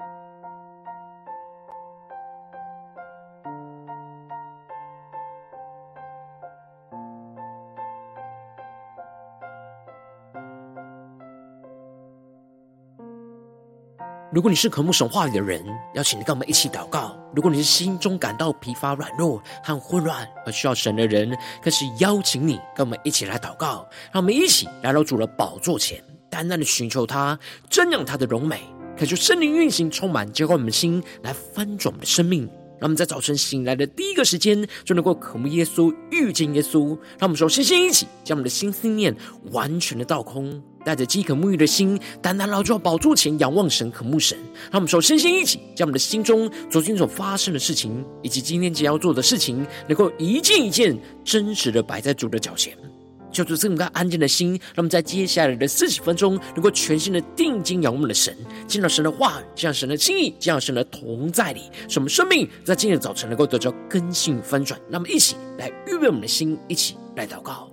如果你是渴慕神话语的人，邀请你跟我们一起祷告。如果你是心中感到疲乏、软弱和混乱而需要神的人，更是邀请你跟我们一起来祷告。让我们一起来到主的宝座前，单单的寻求他，瞻仰他的荣美，恳求圣灵运行充满，浇灌我们的心，来翻转我们的生命。让我们在早晨醒来的第一个时间，就能够渴慕耶稣，遇见耶稣。让我们首先一起将我们的心思念完全的倒空，带着饥渴沐浴的心，单单来到宝座前仰望神，渴慕神。让我们首先一起将我们的心中昨天所发生的事情，以及今天即将要做的事情，能够一件一件真实的摆在主的脚前。求主赐我们安静的心，让我们在接下来的40分钟，能够全心的定睛仰望我们的神，见到神的话语，见到神的心意，见到神的同在里，使我们生命在今天的早晨能够得到更新翻转。让我们一起来预备我们的心，一起来祷告。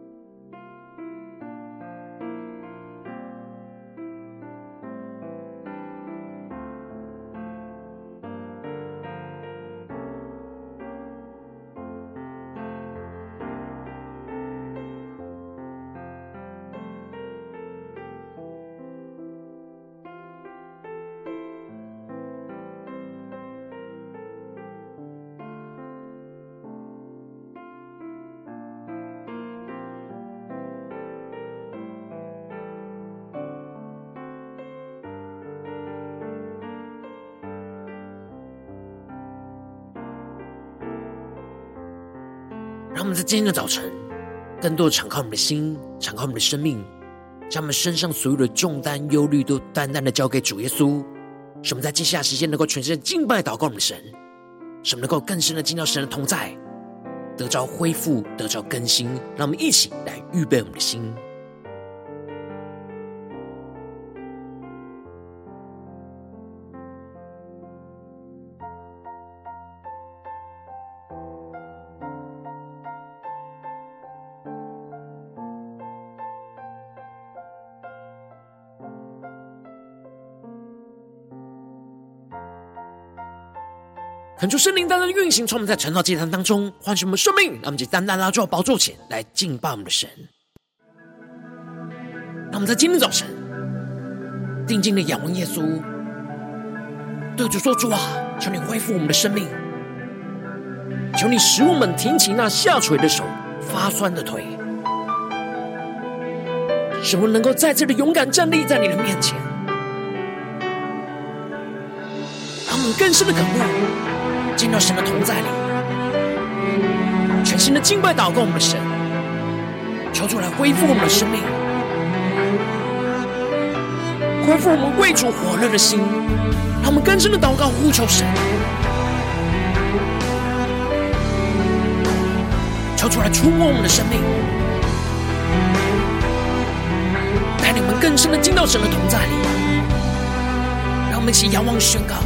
让我们在今天的早晨，更多的敞开我们的心，敞开我们的生命，将我们身上所有的重担、忧虑都单单的交给主耶稣，使我们在接下来时间能够全身的敬拜、祷告我们的神，使我们能够更深的进到神的同在，得着恢复，得着更新。让我们一起来预备我们的心。恳求圣灵单单的运行，从我们在晨祷祭坛当中唤醒我们生命，让我们就单单来到宝座前来敬拜我们的神。让我们在今天早晨定睛的仰望耶稣，对主说：主啊，求你恢复我们的生命，求你使我们挺起那下垂的手、发酸的腿，使我们能够再次的勇敢站立在你的面前，让我们更深的渴慕进到神的同在里，全心的敬拜祷告我们的神，求主来恢复我们的生命，恢复我们为主火热的心，让我们更深的祷告呼求神，求主来触摸我们的生命，带领我们更深的进到神的同在里。让我们一起仰望宣告，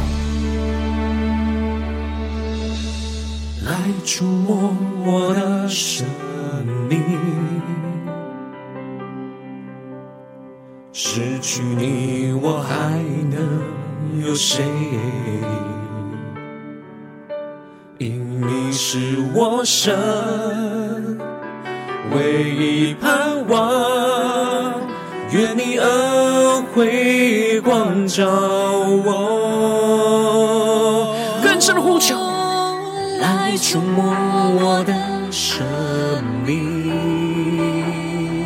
来触摸我的生命，失去你我还能有谁？因你是我生唯一盼望，愿你恩惠光照我， 更深的呼求， 来触摸我的生命，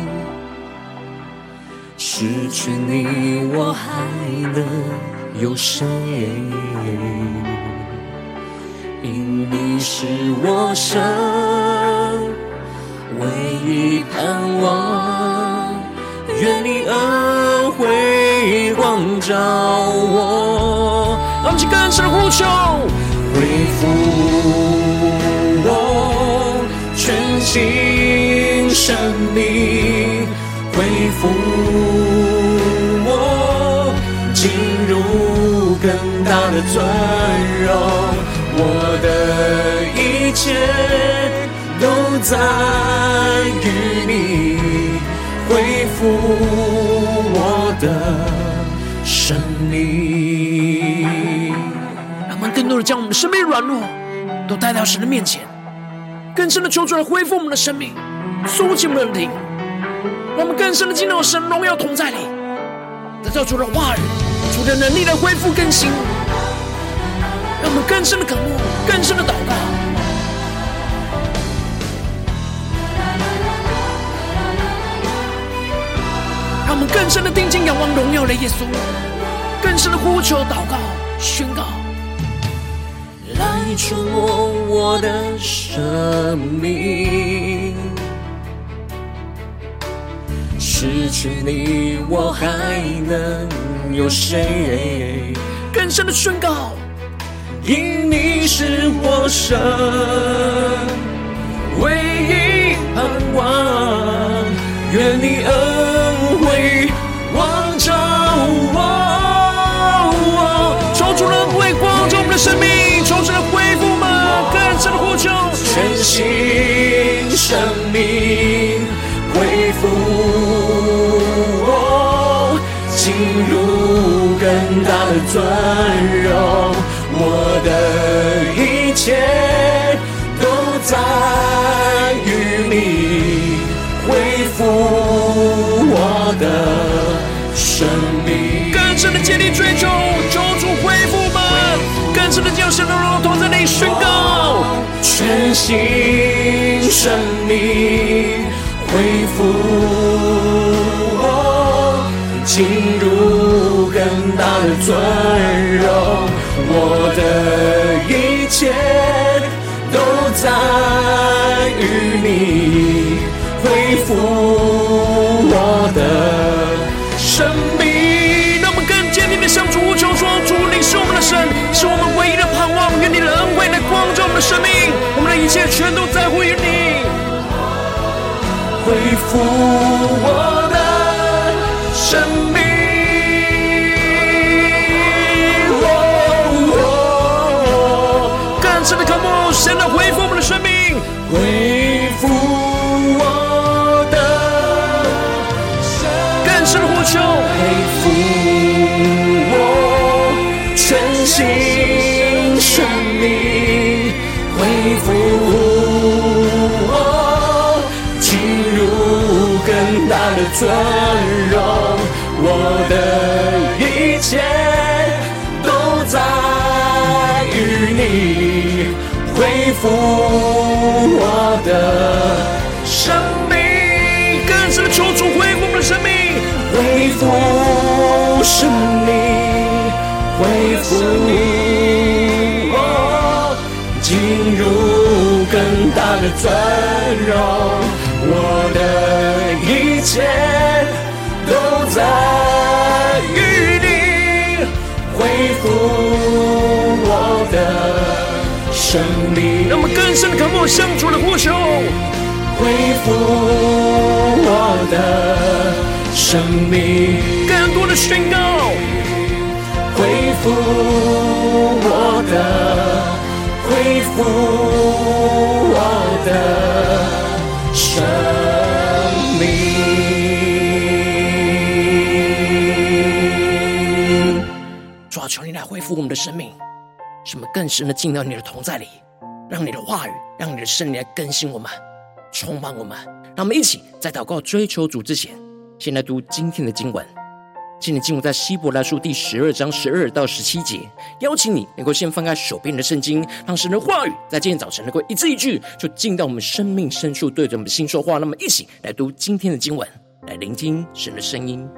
失去你我还能有谁？因你是我生唯一盼望，愿你恩惠光照我。 让我们一起更深的呼求， 恢复我全新生命，恢复我进入更大的尊荣，我的一切都在于你，恢复我的生命。 更多的将我们的生命软弱都带到神的面前，更深的求主来恢复我们的生命，苏醒我们的灵，让我们更深的进入到神荣耀同在里，得到主的话语、主的能力来恢复更新，让我们更深的渴慕、更深的祷告，让我们更深的定睛仰望荣耀的耶稣，更深的呼求、祷告、宣告， 来触摸我的生命。失去你，我还能有谁？ 更深的宣告， 因你是我生唯一盼望，愿你恩惠光照我。 求主的恩惠光照我们的生命，求主的恢复我们，更深的呼求， 全新生命恢复我，进入更大的尊荣，我的一切都在于你，恢复我的生命。 更深的竭力追求，求主恢复我们，更深的将神的荣耀同在那里宣告， 全新生命恢复我，进入更大的尊荣，我的一切都在于你，恢复我的生命。 让我们更坚定的向主呼求说，主你是我们的神，是我们唯一的盼望，愿你的恩惠来光照我们的生命，我们的一切全都在乎于你， 恢复我的生命。 更深的渴慕，神来恢复我们的生命， 恢复我的生命， 更深的呼求， 恢复我全新生命，恢复我进入更大的尊荣，我的一切都在于你，恢复我的生命。 更深的求主恢复我们的生命， 恢复生命，恢复我，进入更大的尊荣，我的一切都在于你，恢复我的生命。 让我们更深的渴慕向主的呼求， 恢复我的生命， 更多的宣告， 恢复我的，恢复我的生命。 主啊，求你来恢复我们的生命，使我们更深的进到你的同在里，让你的话语，让你的圣灵来更新我们，充满我们。让我们一起在祷告追求主之前，先来读今天的经文。今天经文在希伯来书第12章12到17节。邀请你能够先翻开手边的圣经，让神的话语在今天早晨能够一字一句就进到我们生命深处，对着我们的心说话。那么一起来读今天的经文，来聆听神的声音。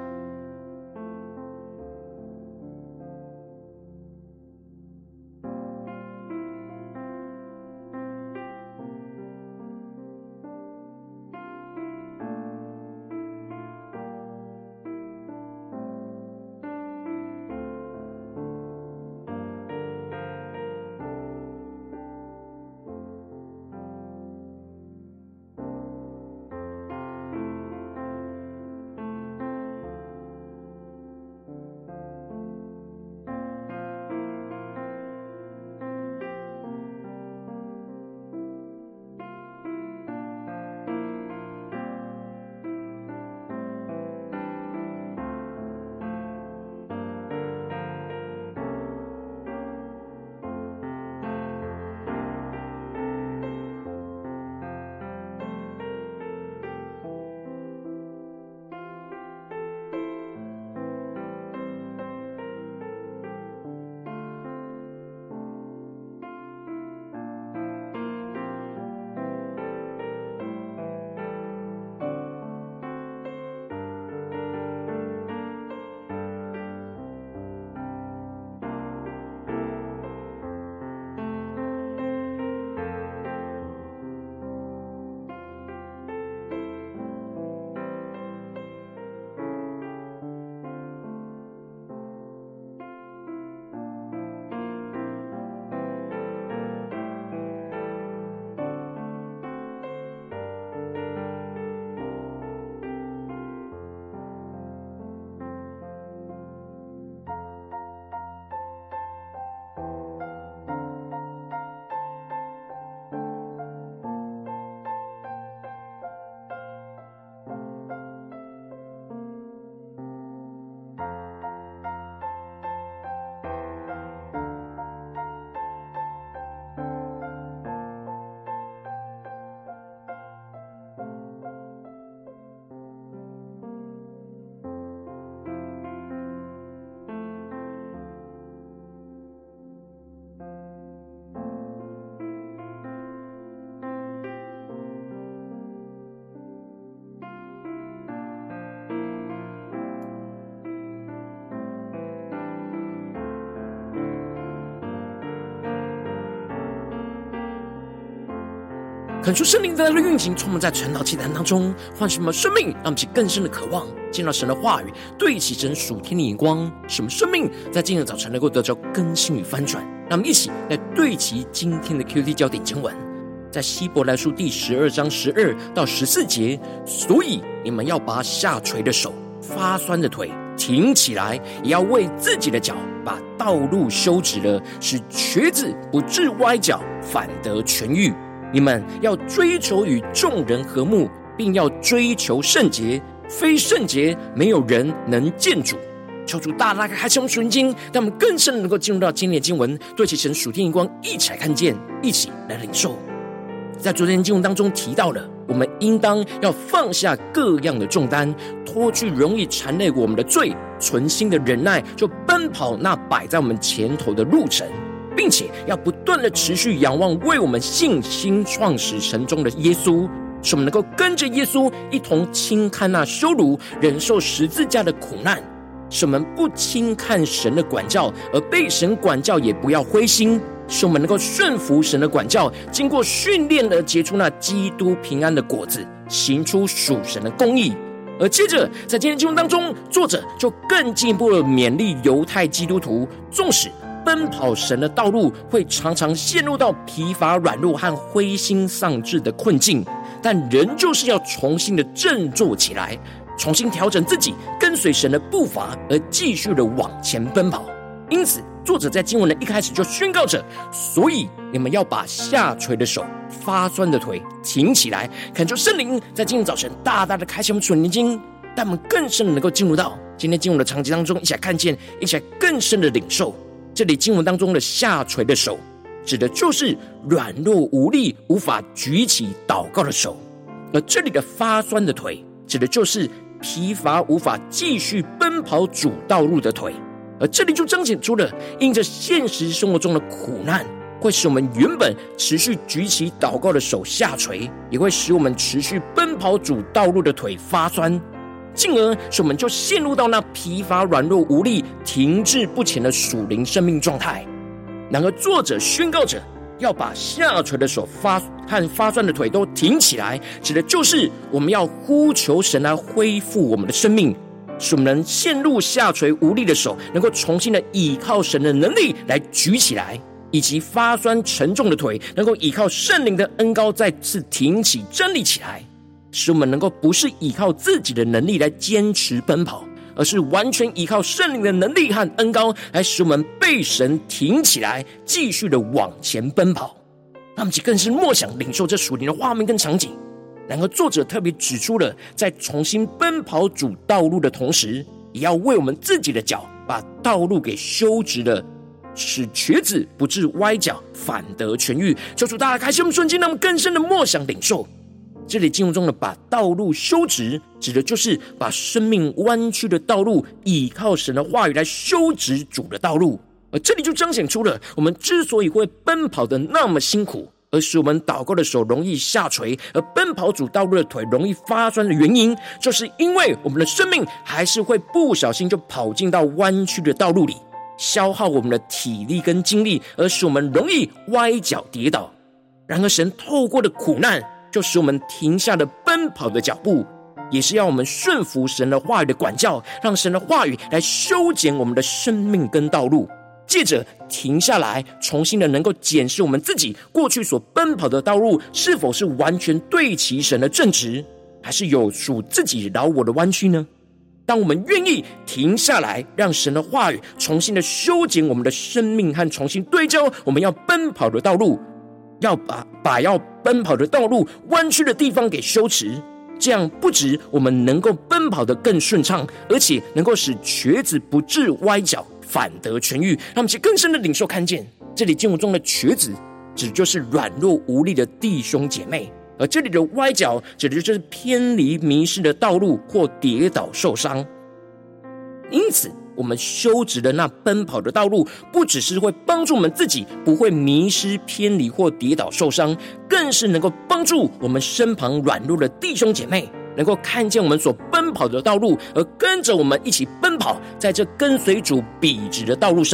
恳求圣灵在的运行，充满在晨祷祭坛当中，唤醒我们生命，让我们起更深的渴望见到神的话语，对齐神属天的眼光，使我们生命在今天的早晨能够得着更新与翻转。让我们一起来对齐今天的 QT 焦点经文，在希伯来书第12章12到14节。所以你们要把下垂的手、发酸的腿挺起来，也要为自己的脚把道路修直了，使瘸子不致歪脚，反得痊愈。你们要追求与众人和睦，并要追求圣洁，非圣洁没有人能见主。求主大大开启我们属灵经，让我们更深能够进入到今天的经文，对其神属天眼光一起来看见，一起来领受。在昨天的经文当中提到了，我们应当要放下各样的重担，脱去容易缠累我们的罪，存心的忍耐，就奔跑那摆在我们前头的路程，并且要不断的持续仰望为我们信心创始成终的耶稣，使我们能够跟着耶稣一同轻看那羞辱，忍受十字架的苦难，使我们不轻看神的管教，而被神管教也不要灰心，使我们能够顺服神的管教，经过训练而结出那基督平安的果子，行出属神的公义。而接着在今天经文当中，作者就更进一步的勉励犹太基督徒，纵使奔跑神的道路会常常陷入到疲乏软弱和灰心丧志的困境，但仍旧是要重新的振作起来，重新调整自己，跟随神的步伐，而继续的往前奔跑。因此作者在经文的一开始就宣告着，所以你们要把下垂的手、发酸的腿挺起来。恳求圣灵在今天早晨大大的开启我们属灵经，让我们更深的能够进入到今天经文的场景当中，一起来看见，一起来更深的领受。这里经文当中的下垂的手，指的就是软弱无力，无法举起祷告的手；而这里的发酸的腿，指的就是疲乏无法继续奔跑主道路的腿。而这里就彰显出了，因着现实生活中的苦难，会使我们原本持续举起祷告的手下垂，也会使我们持续奔跑主道路的腿发酸，进而使我们就陷入到那疲乏软弱无力、停滞不前的属灵生命状态。然而作者宣告着，要把下垂的手和发酸的腿都挺起来，指的就是我们要呼求神来恢复我们的生命，使我们能陷入下垂无力的手能够重新的依靠神的能力来举起来，以及发酸沉重的腿能够依靠圣灵的恩膏再次挺起站立起来，使我们能够不是依靠自己的能力来坚持奔跑，而是完全依靠圣灵的能力和恩膏来使我们被神挺起来，继续的往前奔跑。让我们更是默想领受这属灵的画面跟场景。然而作者特别指出了，在重新奔跑主道路的同时，也要为我们自己的脚把道路给修直了，使瘸子不致歪脚，反得痊愈。求主大家开启我们瞬间，让我们更深的默想领受。这里经文中的把道路修直，指的就是把生命弯曲的道路依靠神的话语来修直主的道路。而这里就彰显出了，我们之所以会奔跑的那么辛苦，而使我们祷告的手容易下垂，而奔跑主道路的腿容易发酸的原因，就是因为我们的生命还是会不小心就跑进到弯曲的道路里，消耗我们的体力跟精力，而使我们容易歪脚跌倒。然而神透过的苦难，就使我们停下了奔跑的脚步，也是要我们顺服神的话语的管教，让神的话语来修剪我们的生命跟道路，借着停下来，重新的能够检视我们自己过去所奔跑的道路，是否是完全对齐神的正直，还是有属自己饶我的弯曲呢？当我们愿意停下来，让神的话语重新的修剪我们的生命，和重新对焦我们要奔跑的道路，要把要奔跑的道路弯曲的地方给修持，这样不止我们能够奔跑得更顺畅，而且能够使瘸子不致歪脚，反得痊愈。让我们去更深的领受看见，这里经文中的瘸子指的就是软弱无力的弟兄姐妹，而这里的歪脚指的就是偏离迷失的道路或跌倒受伤。因此我们修直的那奔跑的道路，不只是会帮助我们自己不会迷失偏离或跌倒受伤，更是能够帮助我们身旁软弱的弟兄姐妹能够看见我们所奔跑的道路，而跟着我们一起奔跑在这跟随主笔直的道路上，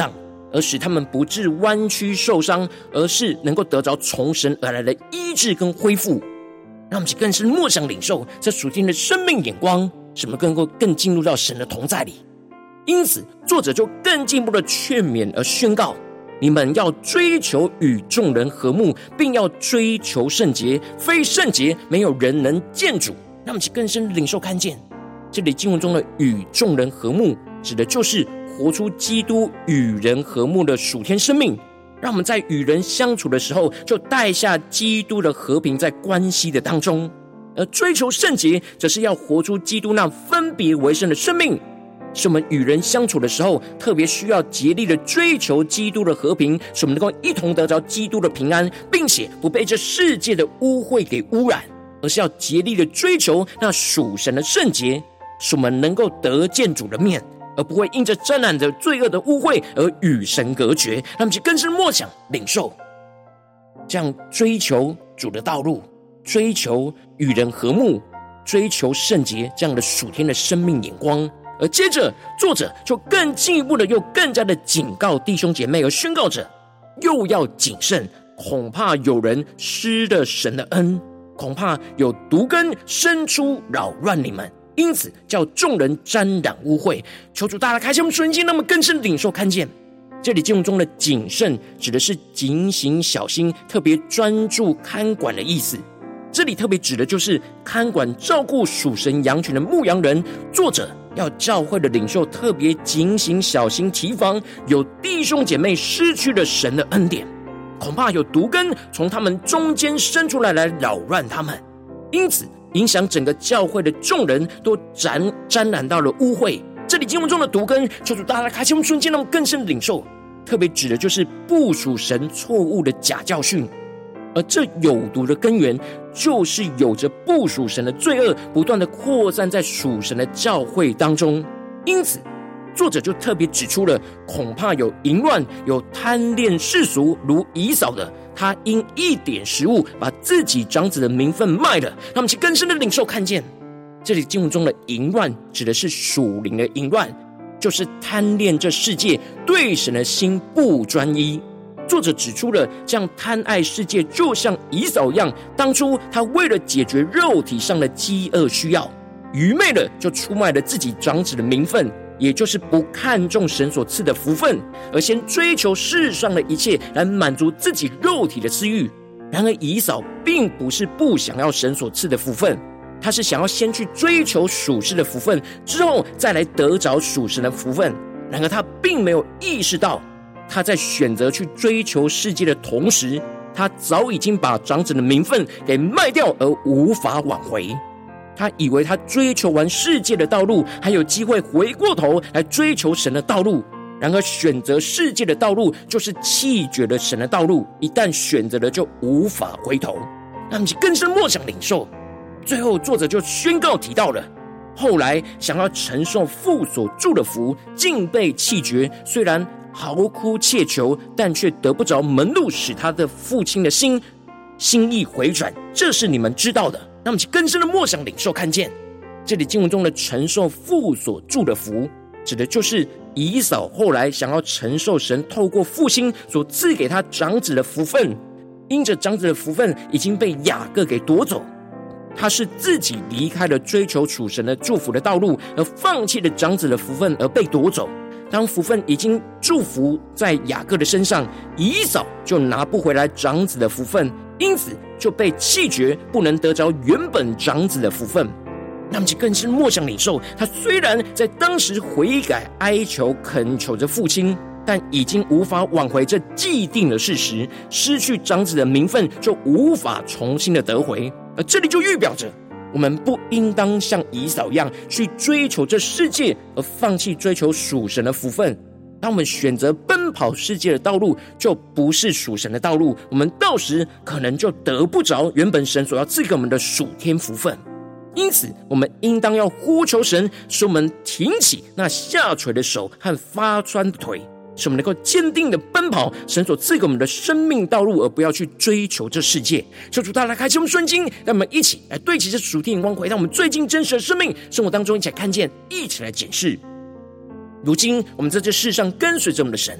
而使他们不致弯曲受伤，而是能够得着从神而来的医治跟恢复。让我们更是默想领受这属天的生命眼光，使我们能够更进入到神的同在里。因此作者就更进一步的劝勉而宣告，你们要追求与众人和睦，并要追求圣洁，非圣洁没有人能见主。让我们更深领受看见这里经文中的与众人和睦，指的就是活出基督与人和睦的属天生命。让我们在与人相处的时候，就带下基督的和平在关系的当中。而追求圣洁，则是要活出基督那分别为圣的生命。是我们与人相处的时候，特别需要竭力的追求基督的和平，使我们能够一同得着基督的平安，并且不被这世界的污秽给污染，而是要竭力的追求那属神的圣洁，使我们能够得见主的面，而不会因着沾染着罪恶的污秽而与神隔绝。让我们去更深默想领受这样追求主的道路，追求与人和睦，追求圣洁这样的属天的生命眼光。而接着作者就更进一步的又更加的警告弟兄姐妹，而宣告着又要谨慎，恐怕有人失了神的恩，恐怕有毒根生出扰乱你们，因此叫众人沾染污秽。求主大家开启我们属灵心，让我们更深领受看见这里经文中的谨慎指的是警醒小心，特别专注看管的意思。这里特别指的就是看管照顾属神羊群的牧羊人。作者要教会的领袖特别警醒小心，提防有弟兄姐妹失去了神的恩典，恐怕有毒根从他们中间生出来扰乱他们，因此影响整个教会的众人都沾染到了污秽。这里经文中的毒根，求主大家开启我们瞬间让我们更深的领受，特别指的就是不属神错误的假教训。而这有毒的根源，就是有着不属神的罪恶不断的扩散在属神的教会当中。因此作者就特别指出了，恐怕有淫乱，有贪恋世俗，如以扫的，他因一点食物把自己长子的名分卖了。让我们去更深的领受看见，这里经文中的淫乱指的是属灵的淫乱，就是贪恋这世界，对神的心不专一。作者指出了这样贪爱世界就像以扫一样，当初他为了解决肉体上的饥饿需要，愚昧了就出卖了自己长子的名分，也就是不看重神所赐的福分，而先追求世上的一切来满足自己肉体的私欲。然而以扫并不是不想要神所赐的福分，他是想要先去追求属世的福分，之后再来得着属神的福分。然而他并没有意识到，他在选择去追求世界的同时，他早已经把长子的名分给卖掉，而无法挽回。他以为他追求完世界的道路，还有机会回过头来追求神的道路。然而选择世界的道路，就是弃绝了神的道路，一旦选择了就无法回头。让我们更深默想领受。最后作者就宣告提到了，后来想要承受父所祝的福，竟被弃绝，虽然嚎哭切求，但却得不着门路，使他的父亲的心意回转，这是你们知道的。让我们更深的默想领受看见，这里经文中的承受父所祝的福，指的就是以扫后来想要承受神透过父亲所赐给他长子的福分，因着长子的福分已经被雅各给夺走，他是自己离开了追求属神的祝福的道路，而放弃了长子的福分而被夺走。当福分已经祝福在雅各的身上，以扫就拿不回来长子的福分，因此就被弃绝，不能得着原本长子的福分。那么就更是默想领受，他虽然在当时悔改哀求恳求着父亲，但已经无法挽回这既定的事实，失去长子的名分就无法重新的得回。而这里就预表着我们不应当像以扫一样去追求这世界，而放弃追求属神的福分。当我们选择奔跑世界的道路，就不是属神的道路，我们到时可能就得不着原本神所要赐给我们的属天福分。因此我们应当要呼求神，使我们挺起那下垂的手和发酸的腿，使我们能够坚定的奔跑神所赐给我们的生命道路，而不要去追求这世界。求主大家开启我们顺经，让我们一起来对齐这属天眼光，回到我们最近真实的生命生活当中，一起来看见，一起来检视。如今我们在这世上跟随着我们的神，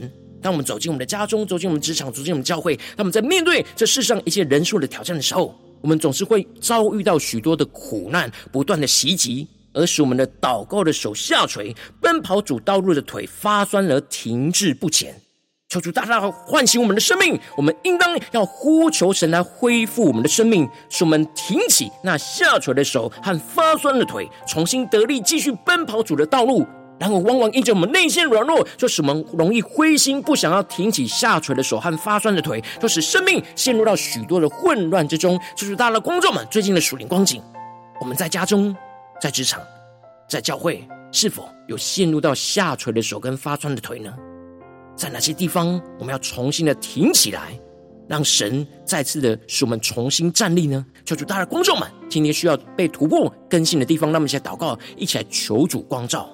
当我们走进我们的家中，走进我们职场，走进我们教会，当我们在面对这世上一切人数的挑战的时候，我们总是会遭遇到许多的苦难不断的袭击，而使我们的祷告的手下垂，奔跑主道路的腿发酸而停滞不前。求主大大唤醒我们的生命，我们应当要呼求神来恢复我们的生命，使我们挺起那下垂的手和发酸的腿，重新得力，继续奔跑主的道路。然而往往因着我们内心软弱，就使我们容易灰心，不想要挺起下垂的手和发酸的腿，就使生命陷入到许多的混乱之中。求主大大的观众们最近的属灵光景，我们在家中、在职场、在教会，是否有陷入到下垂的手跟发酸的腿呢？在哪些地方我们要重新的挺起来，让神再次的使我们重新站立呢？求主大大的观众们今天需要被突破更新的地方，让我们一起来祷告，一起来求主光照。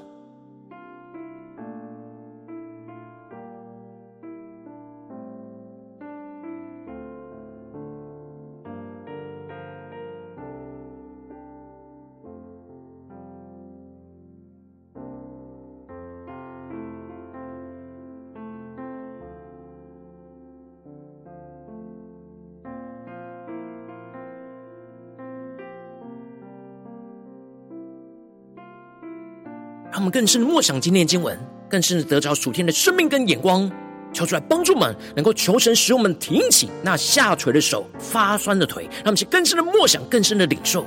让我们更深的默想今天的经文，更深的得着属天的生命跟眼光，求出来帮助我们能够求神使我们挺起那下垂的手、发酸的腿，让我们去更深的默想，更深的领受。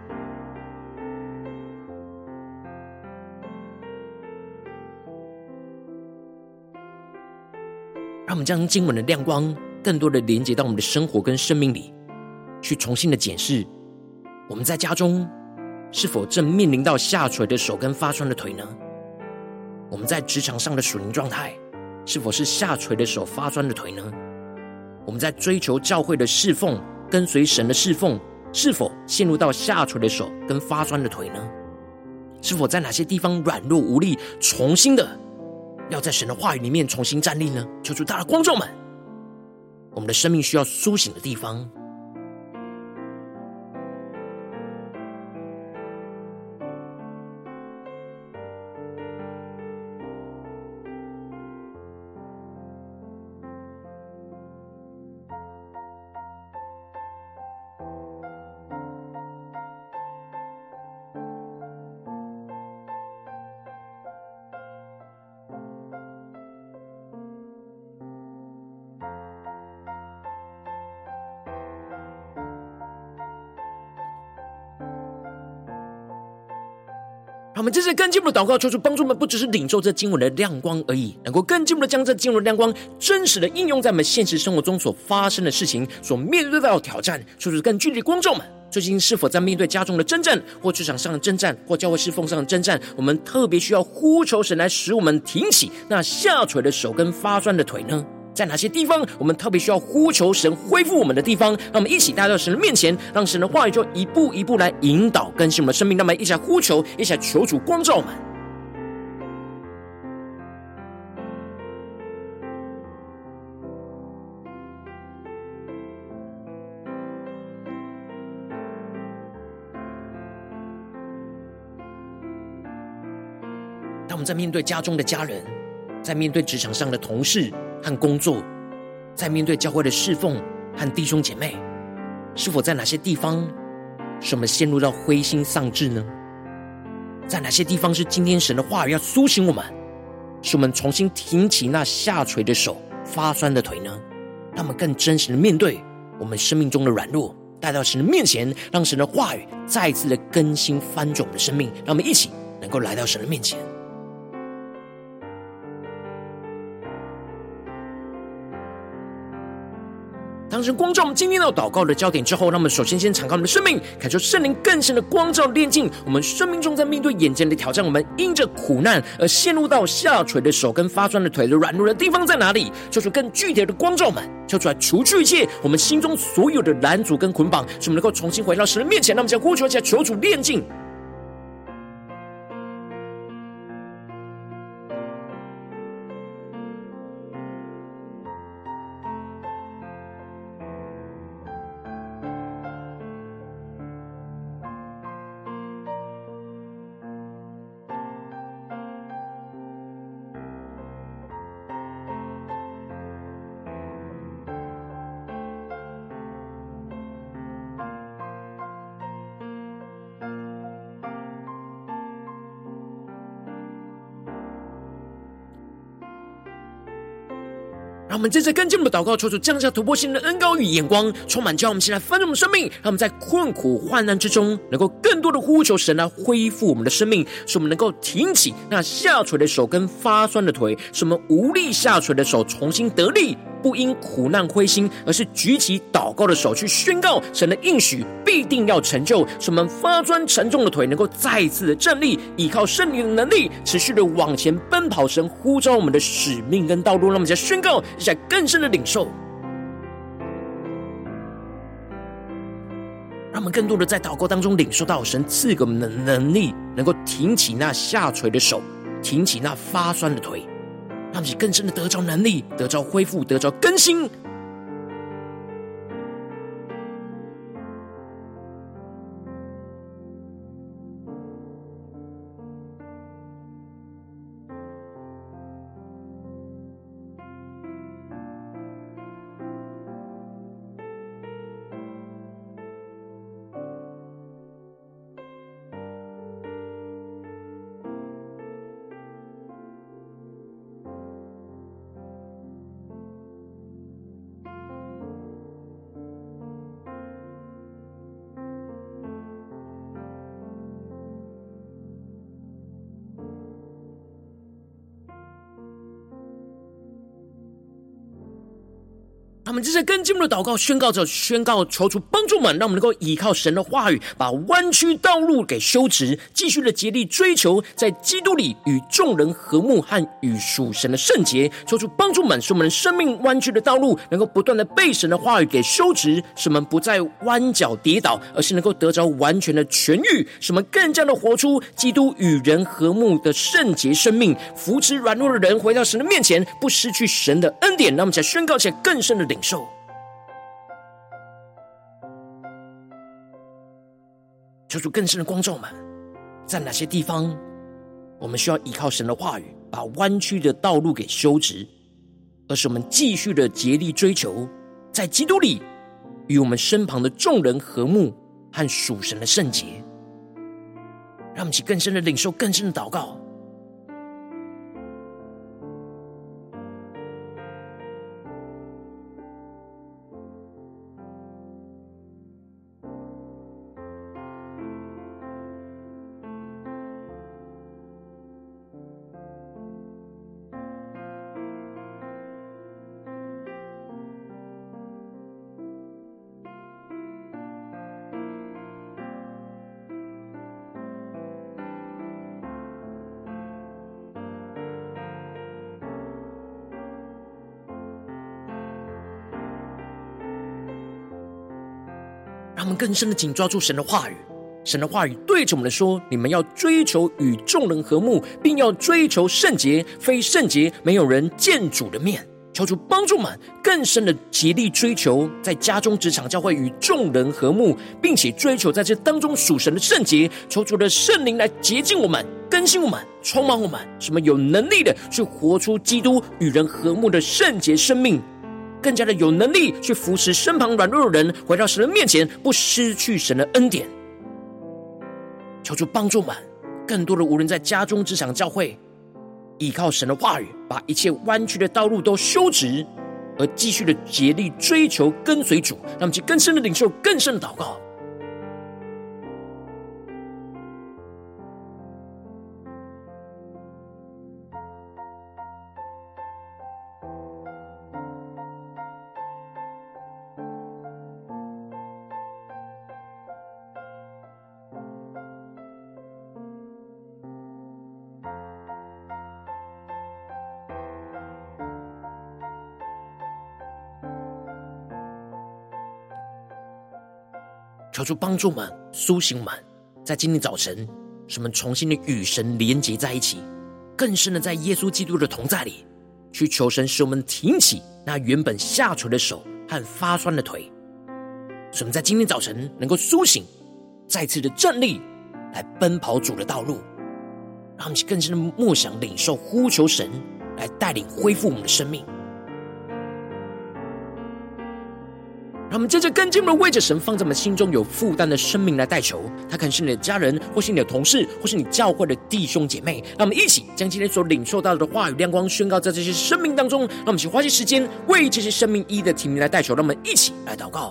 让我们将经文的亮光更多的连接到我们的生活跟生命里，去重新的检视我们在家中是否正面临到下垂的手跟发酸的腿呢？我们在职场上的属灵状态是否是下垂的手、发酸的腿呢？我们在追求教会的侍奉、跟随神的侍奉，是否陷入到下垂的手跟发酸的腿呢？是否在哪些地方软弱无力，重新的要在神的话语里面重新站立呢？求主大的观众们，我们的生命需要苏醒的地方，让我们这次更进一步的祷告，求主帮助我们，不只是领受这经文的亮光而已，能够更进一步的将这经文的亮光真实的应用在我们现实生活中所发生的事情，所面对到的挑战。求主更具体的观众们，最近是否在面对家中的征战，或职场上的征战，或教会侍奉上的征战，我们特别需要呼求神来使我们挺起那下垂的手跟发酸的腿呢？在哪些地方我们特别需要呼求神恢复我们的地方？让我们一起带到神的面前，让神的话语就一步一步来引导更新我们的生命。让我们一起来呼求，一起来求主光照我们。当我们在面对家中的家人，在面对职场上的同事和工作，在面对教会的侍奉和弟兄姐妹，是否在哪些地方使我们陷入到灰心丧志呢？在哪些地方是今天神的话语要苏醒我们，使我们重新挺起那下垂的手、发酸的腿呢？让我们更真实的面对我们生命中的软弱，带到神的面前，让神的话语再一次的更新翻转我们的生命。让我们一起能够来到神的面前。当神光照我们今天的祷告的焦点之后，让我们首先敞开我们的生命，感受圣灵更深的光照炼净我们生命中在面对眼前的挑战，我们因着苦难而陷入到下垂的手跟发酸的腿的软弱的地方在哪里？求主更具体的光照我们，求出来除去一切我们心中所有的拦阻跟捆绑，使我们能够重新回到神的面前。让我们将呼求一下，求主炼净。 让我们接着跟进我们的祷告，求主降下突破性的恩膏与眼光，充满叫我们现在翻转我们生命，让我们在困苦患难之中，能够更多的呼求神来恢复我们的生命，使我们能够挺起那下垂的手跟发酸的腿，使我们无力下垂的手重新得力，不因苦难灰心，而是举起祷告的手去宣告神的应许必定要成就，使我们发酸沉重的腿能够再一次的站立，依靠圣灵的能力持续的往前奔跑神呼召我们的使命跟道路。让我们再宣告一下更深的领受，让我们更多的在祷告当中领受到神赐给我们的能力，能够挺起那下垂的手，挺起那发酸的腿，让我们更深的得着能力，得着恢复，得着更新。他们这些跟进我们的祷告宣告求主帮助们，让我们能够依靠神的话语，把弯曲道路给修直，继续的竭力追求在基督里与众人和睦和与属神的圣洁。求主帮助们，使我们生命弯曲的道路能够不断的被神的话语给修直，使我们不再弯脚跌倒，而是能够得着完全的痊愈，使我们更加的活出基督与人和睦的圣洁生命，扶持软弱的人回到神的面前，不失去神的恩典。让我们再宣告起来更深的领受。求主更深的光照们，在哪些地方我们需要依靠神的话语，把弯曲的道路给修直，而是我们继续的竭力追求在基督里与我们身旁的众人和睦和属神的圣洁。让我们一起更深的领受，更深的祷告。让我们更深的紧抓住神的话语，神的话语对着我们说，你们要追求与众人和睦，并要追求圣洁，非圣洁没有人见主的面。求主帮助我们更深的竭力追求在家中职场教会与众人和睦，并且追求在这当中属神的圣洁。求主的圣灵来洁净我们，更新我们，充满我们，使我们有能力的去活出基督与人和睦的圣洁生命，更加的有能力去扶持身旁软弱的人回到神的面前，不失去神的恩典。求主帮助我们更多的无论在家中职场教会，依靠神的话语，把一切弯曲的道路都修直，而继续的竭力追求跟随主。让我们去更深的领受，更深的祷告。求主帮助我们，苏醒我们，在今天早晨使我们重新的与神连结在一起，更深的在耶稣基督的同在里去求神使我们挺起那原本下垂的手和发酸的腿，使我们在今天早晨能够苏醒，再次的站立来奔跑主的道路。让我们更深的默想领受，呼求神来带领恢复我们的生命。 让我们接着更进一步的为着神放在我们心中有负担的生命来代求。他可能是你的家人，或是你的同事，或是你教会的弟兄姐妹。让我们一起将今天所领受到的话语亮光宣告在这些生命当中。让我们一起花些时间为这些生命一的提名来代求。让我们一起来祷告。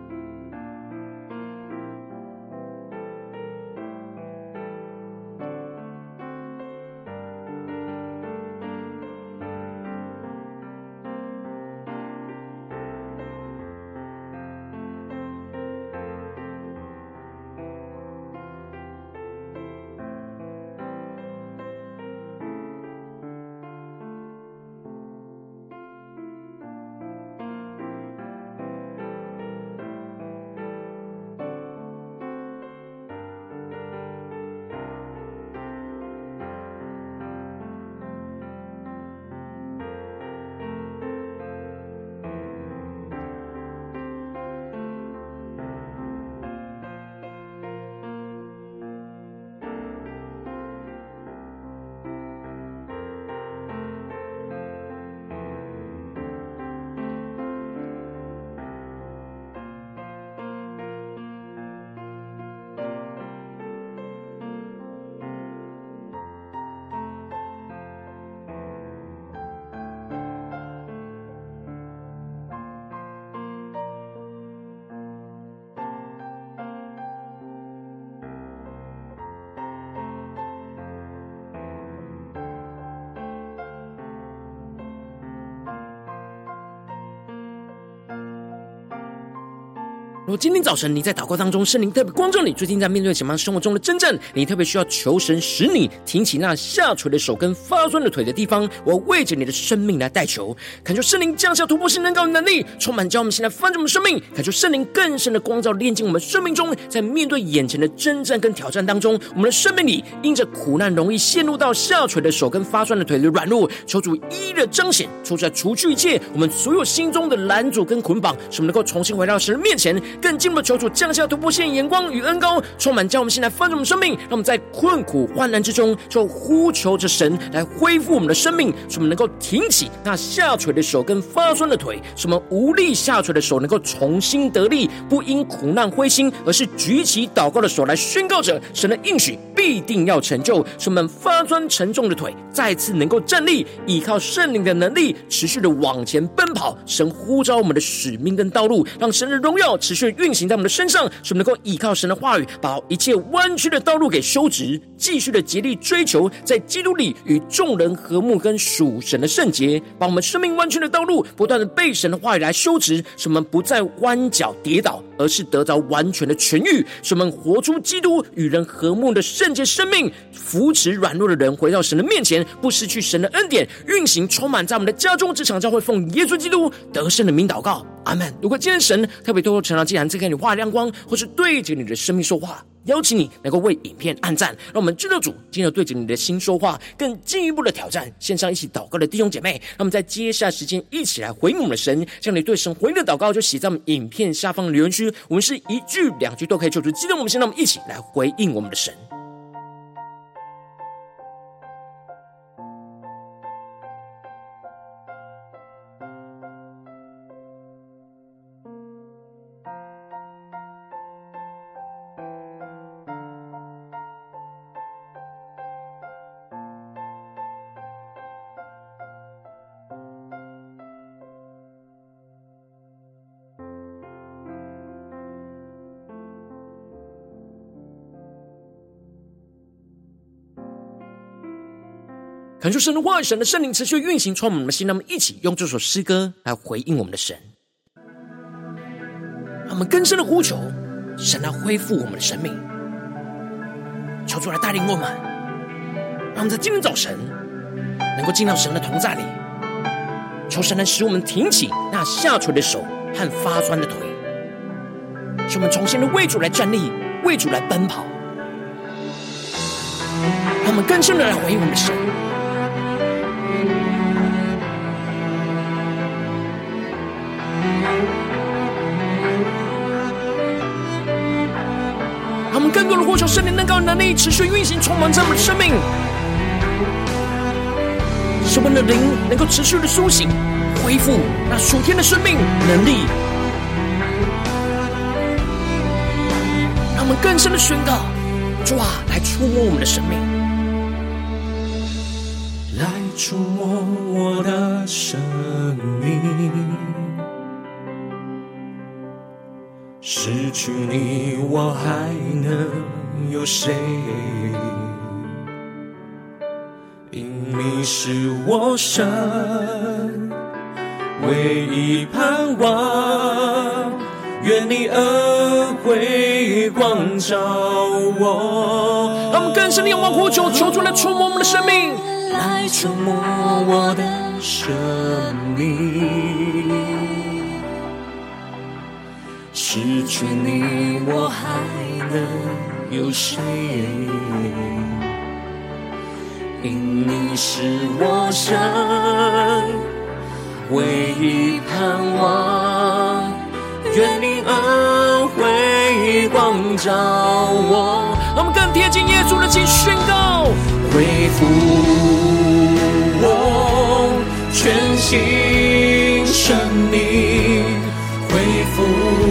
如果今天早晨你在祷告当中，圣灵特别光照你，最近在面对什么生活中的征战，你特别需要求神使你挺起那下垂的手跟发酸的腿的地方，我为着你的生命来代求，恳求圣灵降下突破性能高的能力，充满将我们现在翻转我们生命，恳求圣灵更深的光照炼净我们生命中，在面对眼前的征战跟挑战当中，我们的生命里因着苦难容易陷入到下垂的手跟发酸的腿的软弱，求主一一的彰显，求主来除去一切我们所有心中的拦阻跟捆绑，使我们能够重新回到神的面前，更进一步的求主降下突破性眼光与恩膏，充满将我们现在翻转我们生命，让我们在困苦患难之中就呼求着神来恢复我们的生命，使我们能够挺起那下垂的手跟发酸的腿，使我们无力下垂的手能够重新得力，不因苦难灰心，而是举起祷告的手来宣告着神的应许必定要成就，使我们发酸沉重的腿再次能够站立，依靠圣灵的能力持续的往前奔跑。神呼召我们的使命跟道路，让神的荣耀持续运行在我们的身上，使我们能够依靠神的话语，把一切弯曲的道路给修直，继续的竭力追求在基督里与众人和睦跟属神的圣洁，把我们生命弯曲的道路不断的被神的话语来修直，使我们不再弯脚跌倒，而是得着完全的痊愈，使我们活出基督与人和睦的圣洁生命，扶持软弱的人回到神的面前，不失去神的恩典，运行充满在我们的家中、职场、教会，奉耶稣基督得胜的名祷告，阿们。如果今天神特别透过晨祷祭坛赐给你话亮光，或是对着你的生命说话，邀请你能够为影片按赞，让我们知道主今天对着你的心说话，更进一步的挑战线上一起祷告的弟兄姐妹，让我们在接下来时间一起来回应我们的神，将你对神回应的祷告就写在我们影片下方的留言区，我们是一句两句都可以，就是激动我们，现在我们一起来回应我们的神。恳求神的话语、神的圣灵持续运行充满我们的心，让我们一起用这首诗歌来回应我们的神，让我们更深的呼求神来恢复我们的生命，求主来带领我们，让我们在今天早晨能够进到神的同在里，求神能使我们挺起那下垂的手和发酸的腿，使我们重新的为主来站立，为主来奔跑，让我们更深的来回应我们的神。让我们更多的呼求圣灵能够能力持续运行充满在我们的生命，使我们的灵能够持续的苏醒恢复那属天的生命能力， 让我们更深的宣告，主啊，来触摸我们的生命， 来触摸我的生命。失去你，我还能有谁？因你是我生唯一盼望，愿你恩惠光照我。 让我们更深的仰望呼求，求主来触摸我们的生命， 来触摸我的生命。失去你，我还能有谁？因你是我生唯一盼望，愿你恩惠光照我。 让我们更贴近耶稣的心，宣告恢复我全新生命，恢复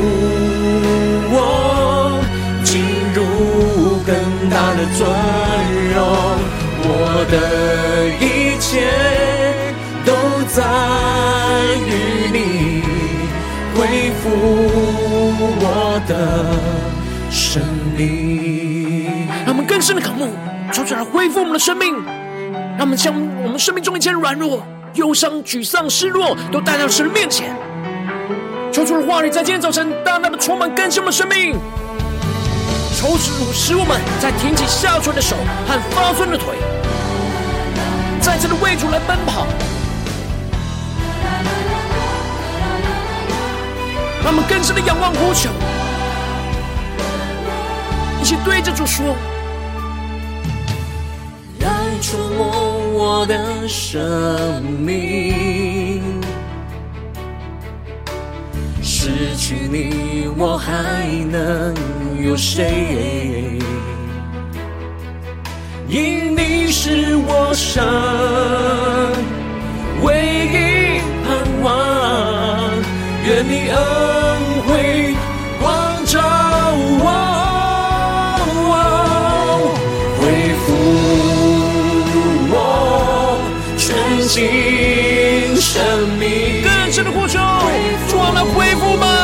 我进入更大的尊荣。我的一切都在于你，恢复我的生命。 让我们更深的渴慕，求主来恢复我们的生命，让我们将我们生命中一切软弱、忧伤、沮丧、失落都带到神的面前。求主的话语在今天早晨大大的充满更新我们的生命，求主使我们在挺起下垂的手和发酸的腿，再次的为主来奔跑。让我们更深的仰望呼求，一起对着主说， 来触摸我的生命。失去你，我还能有谁？因你是我生唯一盼望，愿你恩惠光照我。新生命， 更深的呼求，主啊，来恢复吧！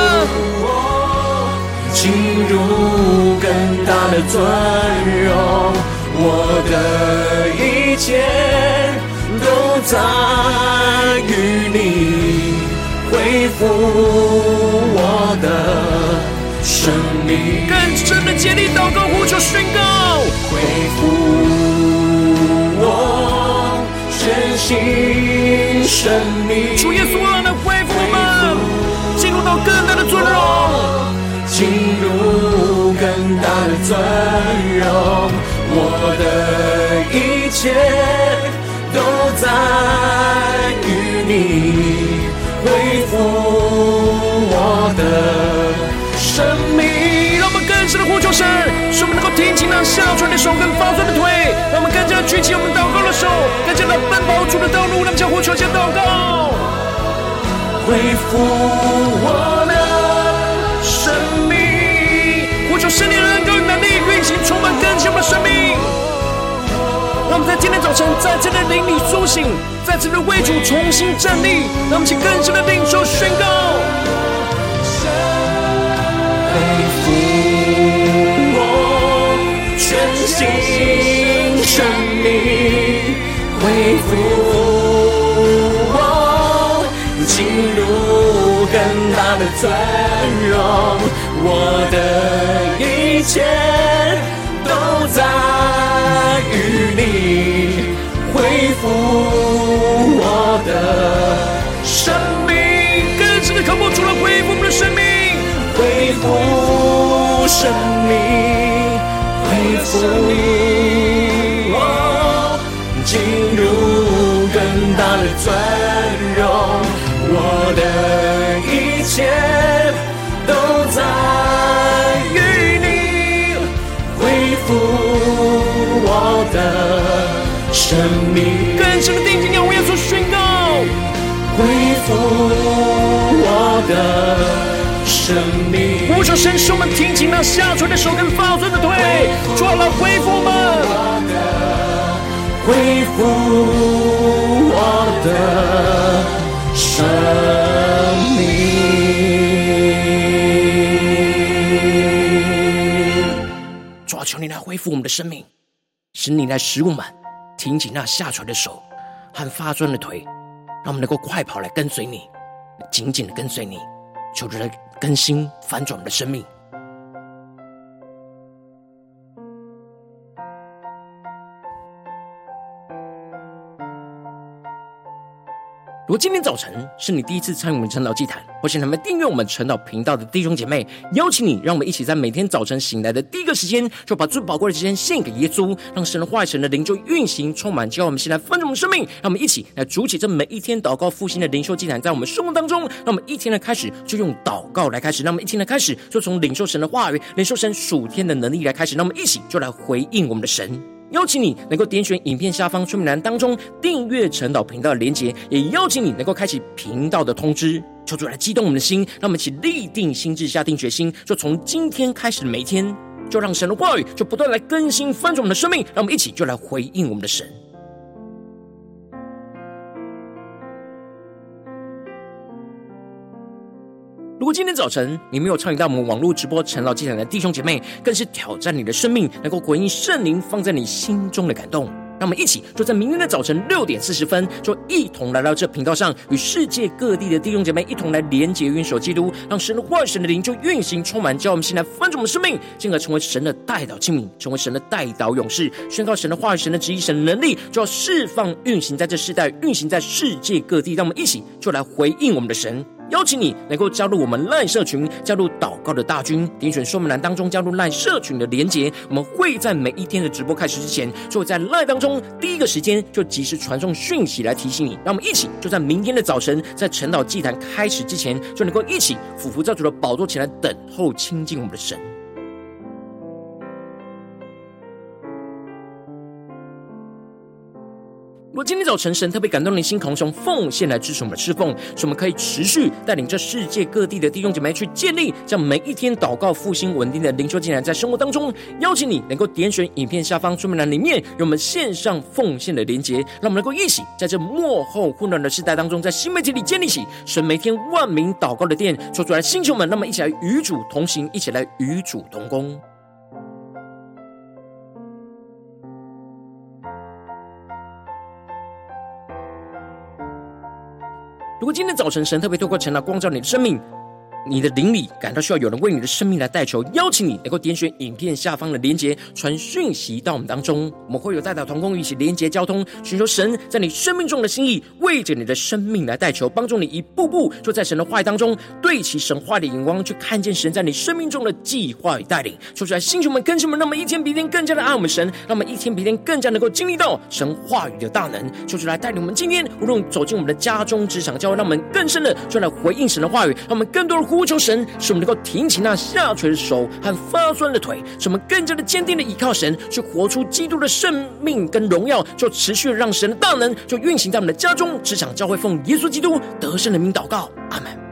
进入更大的尊荣，我的一切都在于你，恢复我的生命。 更深的竭力祷告，呼求宣告， 恢复我全新生命。 主耶稣啊，来恢复我们，进入到更大的尊荣， 进入更大的尊荣，我的一切都在于你，恢复我的生命。 让我们更深的呼求神，使我们能够挺起那下垂的手跟发酸的腿，让我们更加举起我们祷告的手，更加的奔跑主的道路。让我们将呼求先祷告， 恢复我的生命， 呼求圣灵的恩膏与能力运行，充满更新我们的生命。让我们在今天早晨再次的灵里苏醒，再次的为主重新站立。让我们请更深的领受宣告， 恢复我全新生命，恢复我进入更大的尊荣，我的一切都在于你，恢复我的生命。 更深的渴慕主来恢复我们的生命， 恢复生命，恢复我进入更大的尊荣，我的一切都在于你，恢复我的生命。 更深的定睛仰望耶稣宣告， 恢复我的生命。 呼求神使我们挺起那下垂的手跟发酸的腿，主啊，来恢复我们， 恢复我的生命。 主啊，求你来恢复我们的生命，使你来使我们挺起那下垂的手和发酸的腿，让我们能够快跑来跟随你，紧紧的跟随你，求主来更新翻转我们的生命。如果今天早晨是你第一次参与我们晨祷祭坛，或是你们订阅我们晨祷频道的弟兄姐妹，邀请你，让我们一起在每天早晨醒来的第一个时间，就把最宝贵的时间献给耶稣，让神的话语、神的灵就运行充满，教我们先来分盛我们生命。让我们一起来筑起这每一天祷告复兴的灵修祭坛，在我们生活当中，让我们一天的开始就用祷告来开始，让我们一天的开始就从领受神的话语、领受神属天的能力来开始，让我们一起就来回应我们的神。邀请你能够点选影片下方说明栏当中订阅晨祷频道的连结，也邀请你能够开启频道的通知，求主来激动我们的心，让我们一起立定心志，下定决心，就从今天开始的每一天，就让神的话语就不断来更新翻转我们的生命，让我们一起就来回应我们的神。如果今天早晨你没有参与到我们网络直播晨祷祭坛的弟兄姐妹，更是挑战你的生命，能够回应圣灵放在你心中的感动。让我们一起就在明天的早晨6点40分，就一同来到这频道上，与世界各地的弟兄姐妹一同来连结运手基督，让神的话语、神的灵就运行充满，叫我们先来翻转我们的生命，进而成为神的代祷器皿，成为神的代祷勇士，宣告神的话语、神的旨意、神的能力，就要释放运行在这世代，运行在世界各地。让我们一起就来回应我们的神。邀请你能够加入我们 LINE 社群，加入祷告的大军，点选说明栏当中加入 LINE 社群的连结。我们会在每一天的直播开始之前，就会在 LINE 当中第一个时间就及时传送讯息来提醒你。让我们一起就在明天的早晨，在晨祷祭坛开始之前，就能够一起俯伏在主的宝座前来等候亲近我们的神。如果今天早晨神特别感动你心，从奉献来支持我们的侍奉，使我们可以持续带领这世界各地的弟兄姐妹去建立这样每一天祷告复兴稳定的灵修进展，在生活当中邀请你能够点选影片下方说明栏里面有我们线上奉献的连结，让我们能够一起在这末后混乱的时代当中，在新媒体里建立起神每天万名祷告的殿，说出来星球们，让我们一起来与主同行，一起来与主同工。如果今天早晨神特别透过晨祷光照你的生命，你的灵里感到需要有人为你的生命来代求，邀请你能够点选影片下方的连结，传讯息到我们当中，我们会有代祷同工一起连结交通，寻求神在你生命中的心意，为着你的生命来代求，帮助你一步步就在神的话语当中对齐神话的眼光，去看见神在你生命中的计划与带领。说出来星球们更新们，让我们一天比一天更加的爱我们神，让我们一天比一天更加能够经历到神话语的大能。说出来带领我们今天无论走进我们的家中职场教会，让我们更深的就来回应神的话语，让我们更多的呼求神，使我们能够挺起那下垂的手和发酸的腿，使我们更加的坚定的依靠神，去活出基督的生命跟荣耀，就持续让神的大能就运行在我们的家中职场教会，奉耶稣基督得胜的名祷告，阿们。